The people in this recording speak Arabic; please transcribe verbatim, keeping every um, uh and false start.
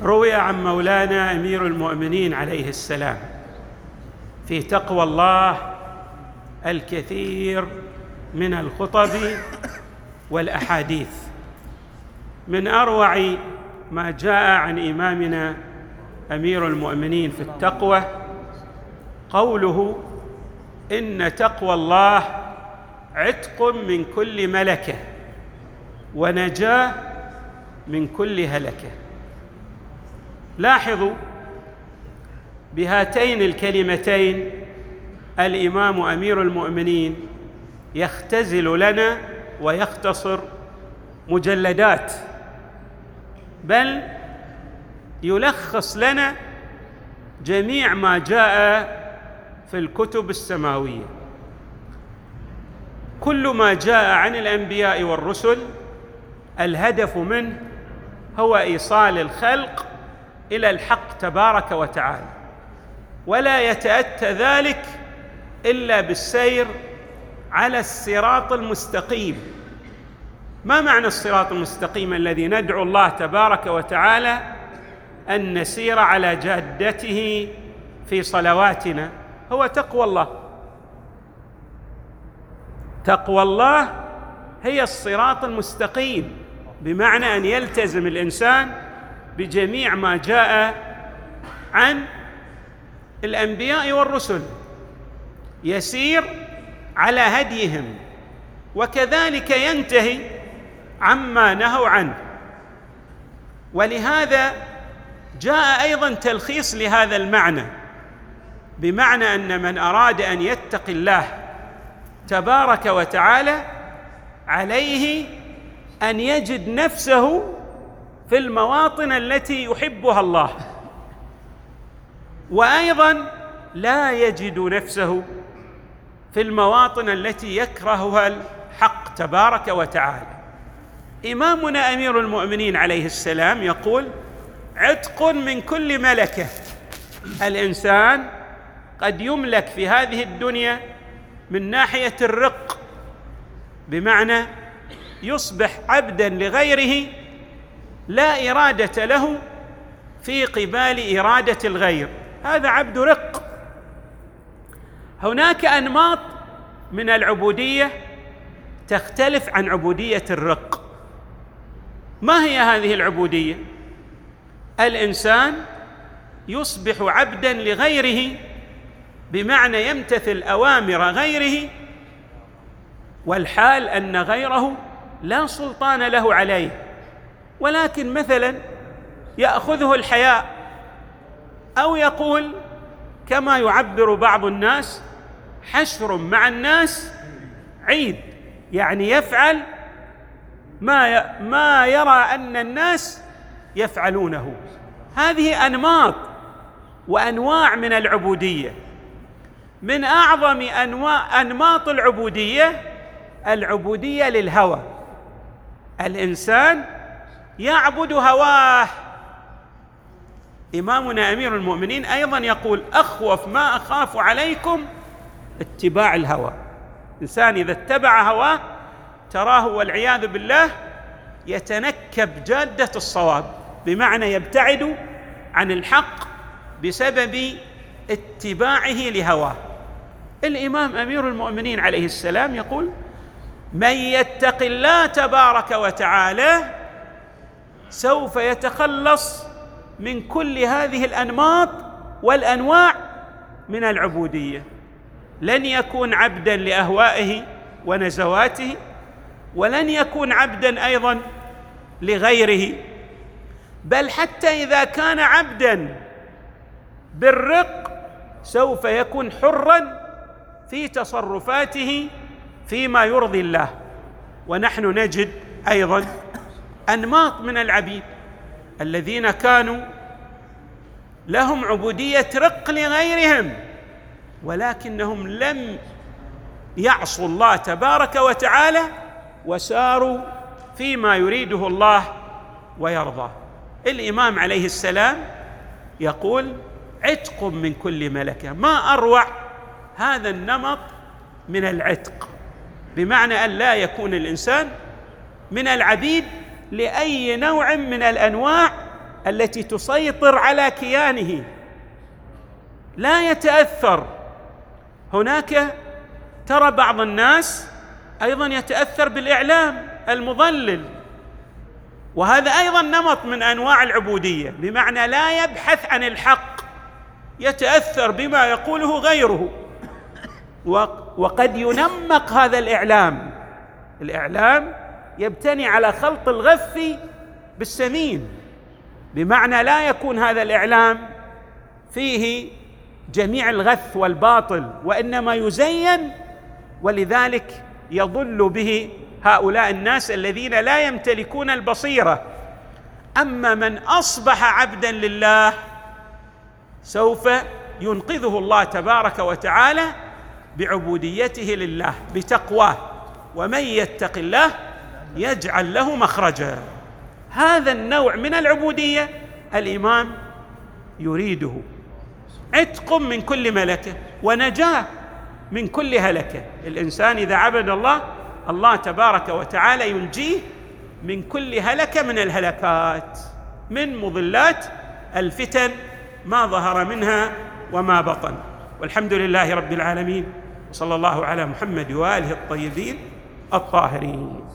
روي عن مولانا أمير المؤمنين عليه السلام في تقوى الله الكثير من الخطب والأحاديث. من أروع ما جاء عن إمامنا أمير المؤمنين في التقوى قوله: إن تقوى الله عتق من كل ملكة ونجاة من كل هلكة. لاحظوا بهاتين الكلمتين الإمام أمير المؤمنين يختزل لنا ويختصر مجلدات، بل يلخص لنا جميع ما جاء في الكتب السماوية. كل ما جاء عن الأنبياء والرسل الهدف منه هو إيصال الخلق إلى الحق تبارك وتعالى، ولا يتأتى ذلك إلا بالسير على الصراط المستقيم. ما معنى الصراط المستقيم الذي ندعو الله تبارك وتعالى أن نسير على جادته في صلواتنا؟ هو تقوى الله. تقوى الله هي الصراط المستقيم، بمعنى أن يلتزم الإنسان بجميع ما جاء عن الأنبياء والرسل، يسير على هديهم، وكذلك ينتهي عما نهوا عنه. ولهذا جاء أيضاً تلخيص لهذا المعنى، بمعنى أن من أراد أن يتقي الله تبارك وتعالى عليه أن يجد نفسه في المواطن التي يحبها الله، وأيضاً لا يجد نفسه في المواطن التي يكرهها الحق تبارك وتعالى. إمامنا أمير المؤمنين عليه السلام يقول: عتق من كل ملكة. الإنسان قد يملك في هذه الدنيا من ناحية الرق، بمعنى يصبح عبداً لغيره لا إرادة له في قبال إرادة الغير، هذا عبد رق. هناك أنماط من العبودية تختلف عن عبودية الرق. ما هي هذه العبودية؟ الإنسان يصبح عبداً لغيره، بمعنى يمتثل أوامر غيره، والحال أن غيره لا سلطان له عليه، ولكن مثلاً يأخذه الحياء، أو يقول كما يعبر بعض الناس: حشر مع الناس عيد، يعني يفعل ما ما يرى أن الناس يفعلونه. هذه أنماط وأنواع من العبودية. من أعظم أنواع أنماط العبودية العبودية للهوى. الإنسان يعبد هواه. إمامنا أمير المؤمنين أيضاً يقول: أخوف ما أخاف عليكم اتباع الهوى. إنسان إذا اتبع هواه تراه والعياذ بالله يتنكب جادة الصواب، بمعنى يبتعد عن الحق بسبب اتباعه لهواه. الإمام أمير المؤمنين عليه السلام يقول: من يتق الله تبارك وتعالى سوف يتخلص من كل هذه الأنماط والأنواع من العبودية. لن يكون عبداً لأهوائه ونزواته، ولن يكون عبداً أيضاً لغيره، بل حتى إذا كان عبداً بالرق سوف يكون حراً في تصرفاته فيما يرضي الله. ونحن نجد أيضاً أنماط من العبيد الذين كانوا لهم عبودية رق لغيرهم، ولكنهم لم يعصوا الله تبارك وتعالى وساروا فيما يريده الله ويرضاه. الإمام عليه السلام يقول: عتق من كل ملكة. ما أروع هذا النمط من العتق، بمعنى أن لا يكون الإنسان من العبيد لأي نوع من الأنواع التي تسيطر على كيانه، لا يتأثر. هناك ترى بعض الناس أيضا يتأثر بالإعلام المضلل، وهذا أيضا نمط من أنواع العبودية، بمعنى لا يبحث عن الحق، يتأثر بما يقوله غيره. وقد ينمق هذا الإعلام، الإعلام يبتني على خلط الغث بالسمين، بمعنى لا يكون هذا الإعلام فيه جميع الغث والباطل، وإنما يزين، ولذلك يضل به هؤلاء الناس الذين لا يمتلكون البصيرة. أما من أصبح عبدا لله سوف ينقذه الله تبارك وتعالى بعبوديته لله بتقواه، ومن يتق الله يجعل له مخرجا. هذا النوع من العبودية الإمام يريده، عتق من كل ملكة ونجاة من كل هلكة. الإنسان إذا عبد الله، الله تبارك وتعالى ينجيه من كل هلكة من الهلكات، من مضلات الفتن ما ظهر منها وما بطن. والحمد لله رب العالمين، وصلى الله على محمد وآله الطيبين الطاهرين.